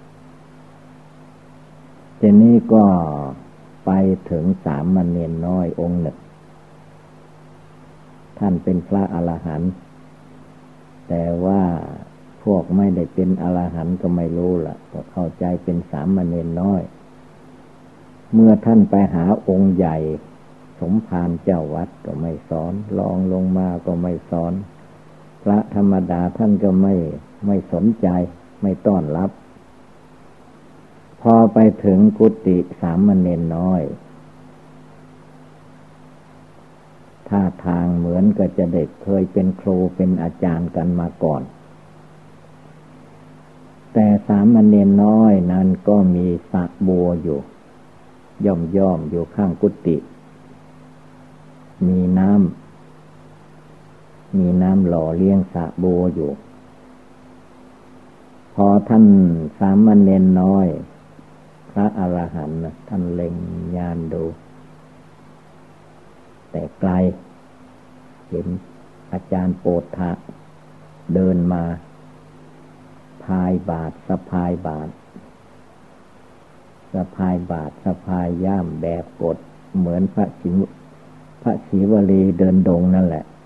S1: ทีนี้ก็ไปถึงสามเณรน้อยองค์หนึ่งท่านเป็นพระอรหันต์แต่ว่าพวกไม่ได้เป็นอรหันต์ก็ไม่รู้ล่ะก็เข้าใจเป็นสามเณรน้อยเมื่อท่านไปหาองค์ใหญ่สมภารเจ้าวัดก็ไม่สอนรองลงมาก็ไม่สอนพระธรรมดาท่านก็ไม่สนใจไม่ต้อนรับพอไปถึงกุฏิสามเณรน้อยท่าทางเหมือนก็จะเด็กเคยเป็นครูเป็นอาจารย์กันมาก่อนแต่สามเณรน้อยนั้นก็มีสระบัวอยู่ย่อมอยู่ข้างกุฏิมีน้ำหล่อเลี้ยงสระบัวอยู่พอท่านสามเณรน้อยพระอรหันต์ท่านเล็งญาณดูแต่ไกลเห็นอาจารย์โปธะเดินมาพายบาตรสะพายบาตรสะพายบาตรสะพายย่ามแบบกดเหมือนพระศิวลีเดินดงนั่นแหละ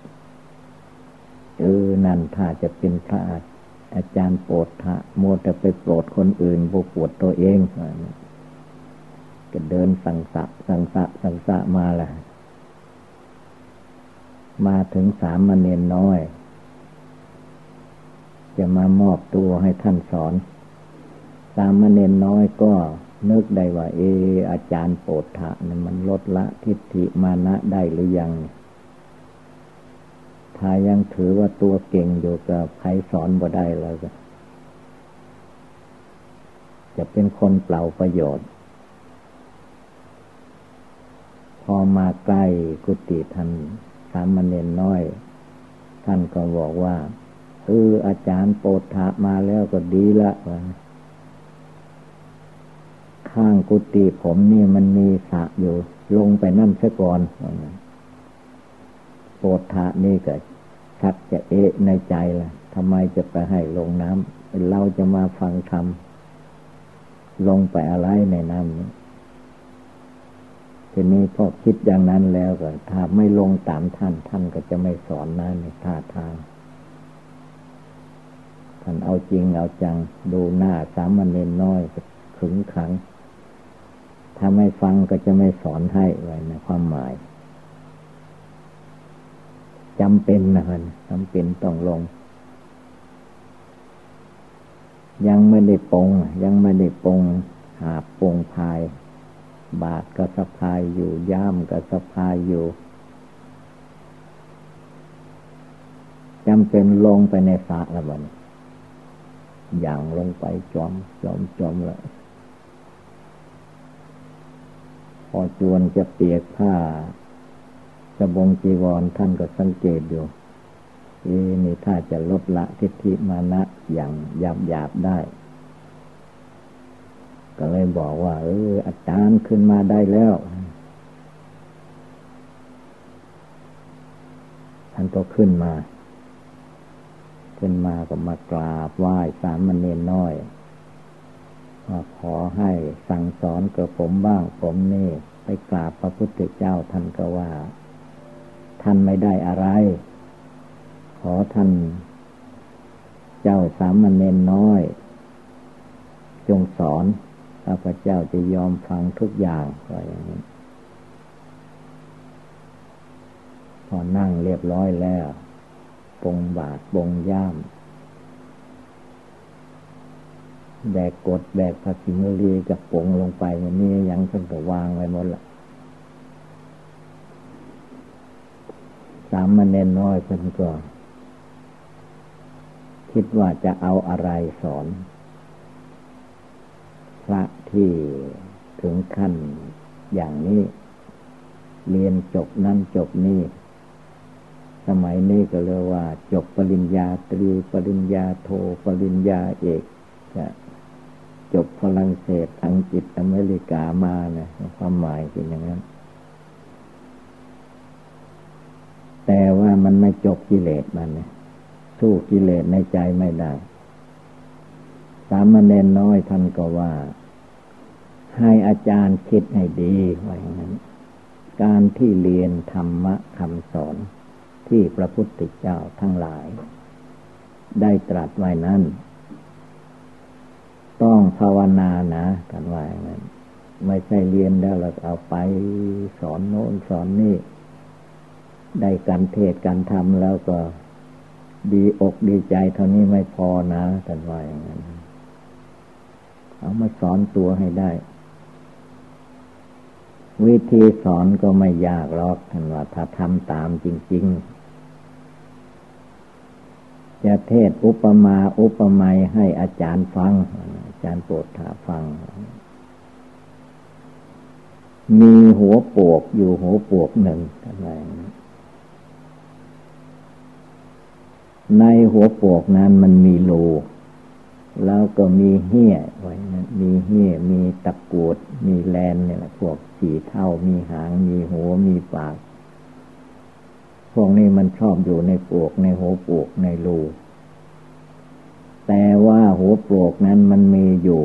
S1: นั่นถ้าจะเป็นพระอาจารย์โปรดทะโมแต่ไปโปรดคนอื่นบ่ปวดตัวเองก็เดินสังสะมาล่ะมาถึงสามเณรน้อยจะมามอบตัวให้ท่านสอนสามเณรน้อยก็นึกได้ว่าอาจารย์โปรดทะนั้นมันลดละทิฏฐิมานะได้หรือยังถ้ายังถือว่าตัวเก่งอยู่กับใครสอนบ่ได้แล้วก็จะเป็นคนเปล่าประโยชน์พอมาใกล้กุฏิท่านสามเณรน้อยท่านก็บอกว่าอาจารย์โปรดทะมาแล้วก็ดีละข้างกุฏิผมนี่มันมีสระอยู่ลงไปนั่นซะก่อนโปรดทะนี่ก็ชักจะในใจล่ะทำไมจะไปให้ลงน้ำเราจะมาฟังธรรมลงไปอะไรในน้ำนี้ทีนี้พอคิดอย่างนั้นแล้วก็ถ้าไม่ลงตามท่านก็จะไม่สอนนะในท่าทางท่านเอาจริงเอาจังดูหน้าสามเณรน้อยขึงขังถ้าไม่ฟังก็จะไม่สอนให้ไว้ในความหมายจำเป็นนะฮะจำเป็นต้องลงยังไม่ได้ปงหาปงพายบาทก็สะพายอยู่ย่ามก็สะพายอยู่จำเป็นลงไปในสระแล้วบ่อย่างลงไปจอมแล้วพอจวนจะเปียกผ้าสบงจีวรท่านก็สังเกตอยู่นี่ถ้าจะลดละทิฏฐิมานะอย่างหยาบได้ก็เลยบอกว่าอาจารย์ขึ้นมาได้แล้วท่านก็ขึ้นมาก็มากราบไหว้สามเณรน้อยว่าขอให้สั่งสอนกับผมบ้างผมนี่ไปกราบพระพุทธเจ้าท่านก็ว่าท่านไม่ได้อะไรขอท่านเจ้าสามเณรน้อยจงสอนข้าพเจ้าจะยอมฟังทุกอย่างก็อย่างนี้พอนั่งเรียบร้อยแล้วปงบาตรปงย่ามแบกกดแบกพระสิมลีกับปงลงไปอย่างนี้ยังท่านก็วางไว้หมดละสามเณรน้อยเพิ่นก็คิดว่าจะเอาอะไรสอนพระที่ถึงขั้นอย่างนี้เรียนจบนั่นจบนี่สมัยนี้ก็เรียกว่าจบปริญญาตรีปริญญาโทปริญญาเอกจะจบฝรั่งเศสอังกฤษอเมริกามาเนี่ยความหมายเป็นอย่างนั้นแต่ว่ามันไม่จบกิเลสมันเนี่ยสู้กิเลสในใจไม่ได้สามเณรน้อยท่านก็ว่าให้อาจารย์คิดให้ดีว่าอย่างนั้นการที่เรียนธรรมะคำสอนที่พระพุทธเจ้าทั้งหลายได้ตรัสไว้นั้นต้องภาวนานะท่านว่าอย่างนั้นไม่ใช่เรียนแล้วเราเอาไปสอนโน้นสอนนี่ได้การเทศน์การธรรมแล้วก็ดีอกดีใจเท่านี้ไม่พอนะท่านว่าอย่างนั้นเอามาสอนตัวให้ได้วิธีสอนก็ไม่ยากหรอกท่านว่าถ้าทำตามจริงๆจะเทศอุปมาอุปไมยให้อาจารย์ฟังอาจารย์โปรดถาฟังมีหัวโปกอยู่หัวโปกหนึ่งท่านว่าอย่างนั้นในหัวโปกนั้นมันมีรูแล้วก็มีเหี้ยไว้นะมีเหี้ยมีตะกรวดมีแลนเนี่ยแหละพวกสีเท่ามีหางมีหัวมีปากพวกนี้มันชอบอยู่ในปลวกในหัวปลวกในรูแต่ว่าหัวปลวกนั้นมันมีอยู่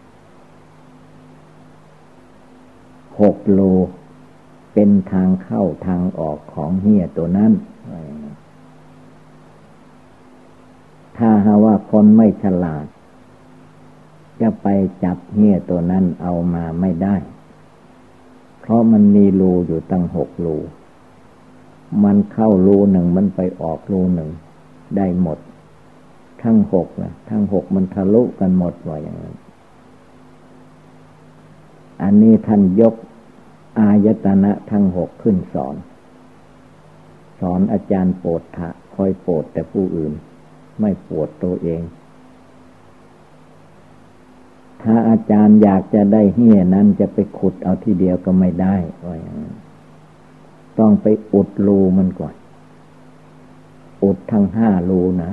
S1: 6 รูเป็นทางเข้าทางออกของเหี้ยตัวนั้นถ้าหาว่าคนไม่ฉลาดจะไปจับเหี้ยตัวนั้นเอามาไม่ได้เพราะมันมีรูอยู่ตั้ง6 รูมันเข้ารูหนึ่งมันไปออกรูหนึ่งได้หมดทั้ง6นะทั้ง6มันทะลุกันหมดว่าอย่างนั้นอันนี้ท่านยกอายตนะทั้ง6ขึ้นสอนอาจารย์โปรดทะคอยโปรดแต่ผู้อื่นไม่โปรดตัวเองถ้าอาจารย์อยากจะได้เหี้ยนั้นจะไปขุดเอาทีเดียวก็ไม่ได้ว่าอย่างนั้นต้องไปอุดรูมันก่อนอุดทั้ง5 รูนะ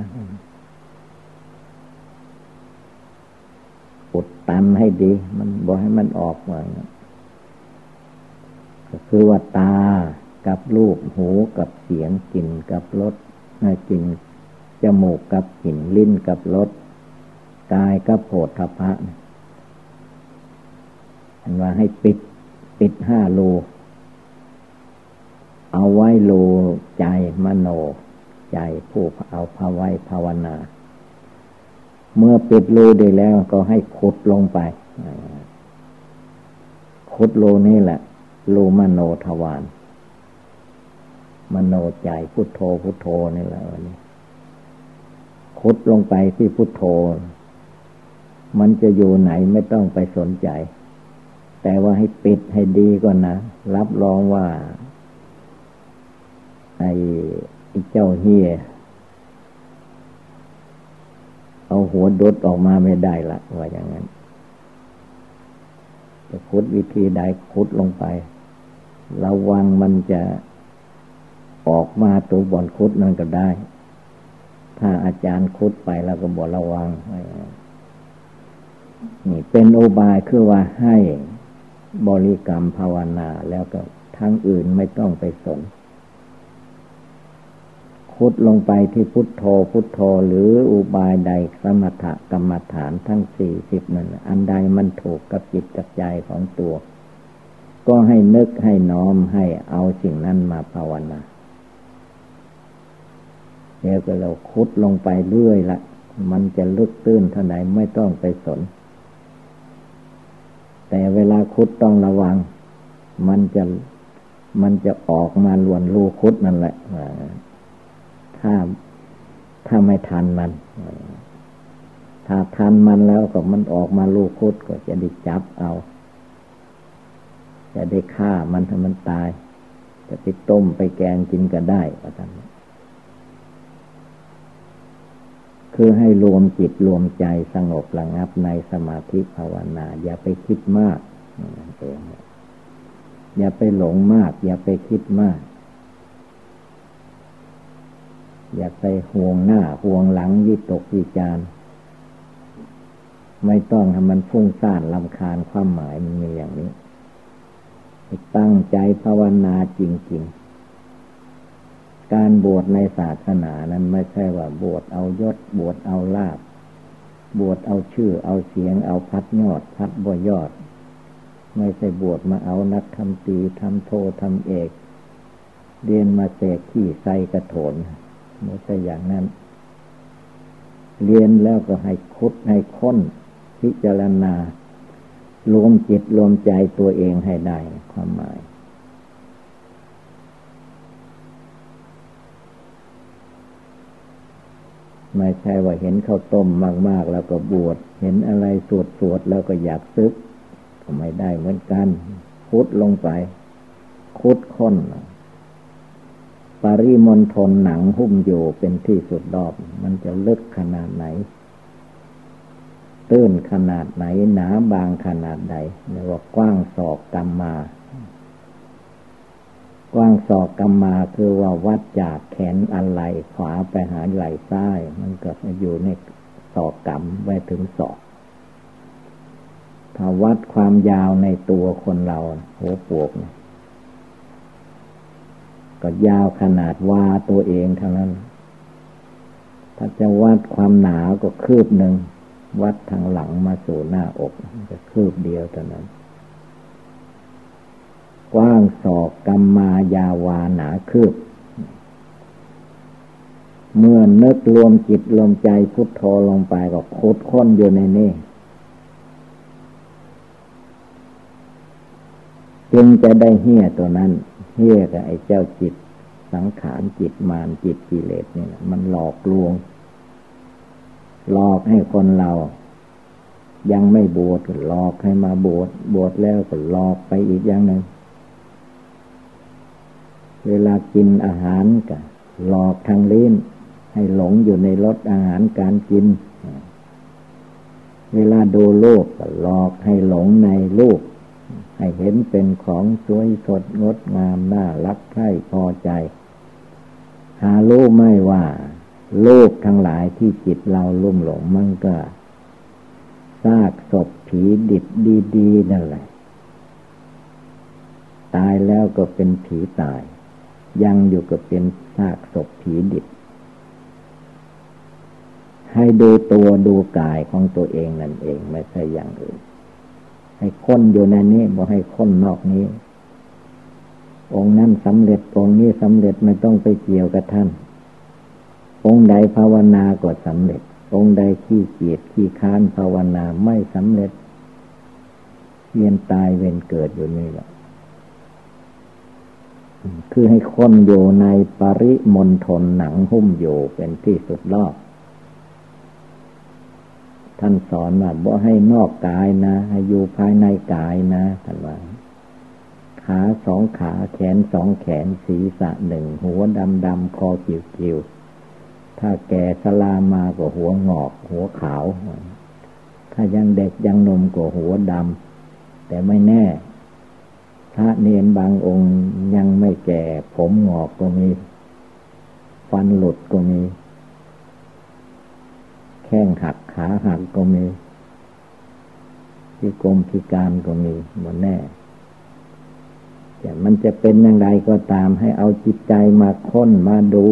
S1: อุดตันให้ดีมันบ่ให้มันออกมาก็คือว่าตากับรูปหูกับเสียงกลิ่นกับรสกลิ่นจมูกกับกลิ่นลิ้นกับรสกายกับโผฏฐัพพะอันว่าให้ปิด5 รูเอาไว้รูใจมโนใจผู้เอาภาไว้ภาวนาเมื่อปิดรูได้แล้วก็ให้ขุดลงไปขุดรูนี่แหละรูมโนทวารมโนใจพุทโธพุทโธนี่แหละนี่ขุดลงไปที่พุทโธมันจะอยู่ไหนไม่ต้องไปสนใจแต่ว่าให้ปิดให้ดีก่อนนะรับรองว่าไอ้เจ้าเหี้ยเอาหัวดดออกมาไม่ได้ละว่าอย่างนั้นจะขุดวิธีใดขุดลงไประวังมันจะออกมาตัวบ่อนขุดนั่นก็ได้ถ้าอาจารย์ขุดไปแล้วก็บอกระวังนี่เป็นอุบายคือว่าให้บริกรรมภาวนาแล้วก็ทั้งอื่นไม่ต้องไปสนขุดลงไปที่พุทโธพุทโธหรืออุบายใดสมถกรรมฐานทั้ง40นั่นอันใดมันถูกกับจิตกับใจของตัวก็ให้นึกให้น้อมให้เอาสิ่งนั้นมาภาวนาเดี๋ยวก็เราขุดลงไปเรื่อยละมันจะลึกตื้นเท่าไหร่ไม่ต้องไปสนแต่เวลาขุดต้องระวังมันจะออกมาล้วนรูขุดนั่นแหละถ้าไม่ทันมันถ้าทันมันแล้วก็มันออกมาลูกคุดก็จะได้จับเอาจะได้ฆ่ามันให้มันตายจะไปต้มไปแกงกินก็ได้ว่าท่านคือให้รวมจิตรวมใจสงบระงับในสมาธิภาวนาอย่าไปคิดมากอย่าไปหลงมากอย่าไปคิดมากอย่าไปห่วงหน้าห่วงหลังวิตกวิจารณ์ไม่ต้องให้มันฟุ้งซ่านรำคาญความหมายมันมีอย่างนี้ตั้งใจภาวนาจริงๆการบวชในศาสนานั้นไม่ใช่ว่าบวชเอายศบวชเอาลาภบวชเอาชื่อเอาเสียงเอาพัดยอดพัดบ่ยอดไม่ใช่บวชมาเอานักทำตีทำโททำเอกเรียนมาเสกขี้ใส่กระโถนไม่ใช่อย่างนั้นเรียนแล้วก็ให้คุดให้ค้นพิจารณารวมจิตรวมใจตัวเองให้ได้ความหมายไม่ใช่ว่าเห็นข้าวต้มมากๆแล้วก็บวชเห็นอะไรสวดแล้วก็อยากซึกก็ไม่ได้เหมือนกันคุดลงไปคุดค้นปริมณฑลหนังหุ้มอยู่เป็นที่สุดรอบมันจะลึกขนาดไหนตื้นขนาดไหนหนาบางขนาดใดเรียกว่ากว้างศอกกำมากว้างศอกกำมาคือว่าวัดจากแขนอันไหล่ขวาไปหาไหล่ซ้ายมันก็อยู่ในศอกกำไว้ถึงศอกถ้าวัดความยาวในตัวคนเราหัวปวกก็ยาวขนาดวาตัวเองเท่านั้นถ้าจะวัดความหนาก็คืบหนึ่งวัดทางหลังมาสู่หน้าอกจะคืบเดียวเท่านั้นกว้างศอกกัมมายาวาหนาคืบเมื่อนึกรวมจิตรวมใจพุทโธลงไปก็โคตรค้นอยู่ในนี้จึงจะได้เหี้ยตัวนั้นเหี้ยกับไอ้เจ้าจิตสังขารจิตมารจิตกิเลสนี่มันหลอกลวงหลอกให้คนเรายังไม่บวชหลอกให้มาบวชแล้วก็หลอกไปอีกอย่างหนึ่งเวลากินอาหารก็หลอกทางลิ้นให้หลงอยู่ในรสอาหารการกินเวลาดูรูปก็หลอกให้หลงในรูปให้เห็นเป็นของสวยสดงดงามน่ารักใคร่พอใจหารู้ไม่ว่ารูปทั้งหลายที่จิตเราลุ่มหลงมันก็ซากศพผีดิบดีๆนั่นแหละตายแล้วก็เป็นผีตายยังอยู่ก็เป็นซากศพผีดิบให้ดูตัวดูกายของตัวเองนั่นเองไม่ใช่อย่างอื่นให้ค้นอยู่ในนี้บ่ให้ค้นนอกนี้องค์นั้นสำเร็จองค์นี้สำเร็จไม่ต้องไปเกี่ยวกับท่านองค์ใดภาวนาก็สำเร็จองค์ใดขี้เกียจขี้ค้านภาวนาไม่สำเร็จเวียนตายเวียนเกิดอยู่นี่แหละคือให้ค้นอยู่ในปริมณฑลหนังหุ้มอยู่เป็นที่สุดรอบท่านสอนว่าบ่ให้นอกกายนะให้อยู่ภายในกายนะท่านว่าขาสองขาแขนสองแขนศีรษะหนึ่งหัวดำๆคอคิ้วๆถ้าแก่ชรามาก็หัวงอกหัวขาวถ้ายังเด็กยังหนุ่มก็หัวดำแต่ไม่แน่พระเนรบางองค์ยังไม่แก่ผมงอกก็มีฟันหลุดก็มีแข้งหักขาหักก็มีพิกลพิการก็มีหมดแน่แต่มันจะเป็นอย่างไรก็ตามให้เอาจิตใจมาค้นมาดู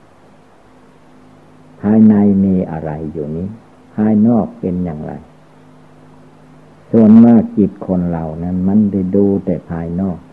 S1: ภายในมีอะไรอยู่นี้ภายนอกเป็นอย่างไรส่วนมากจิตคนเรานั้นมันได้ดูแต่ภายนอก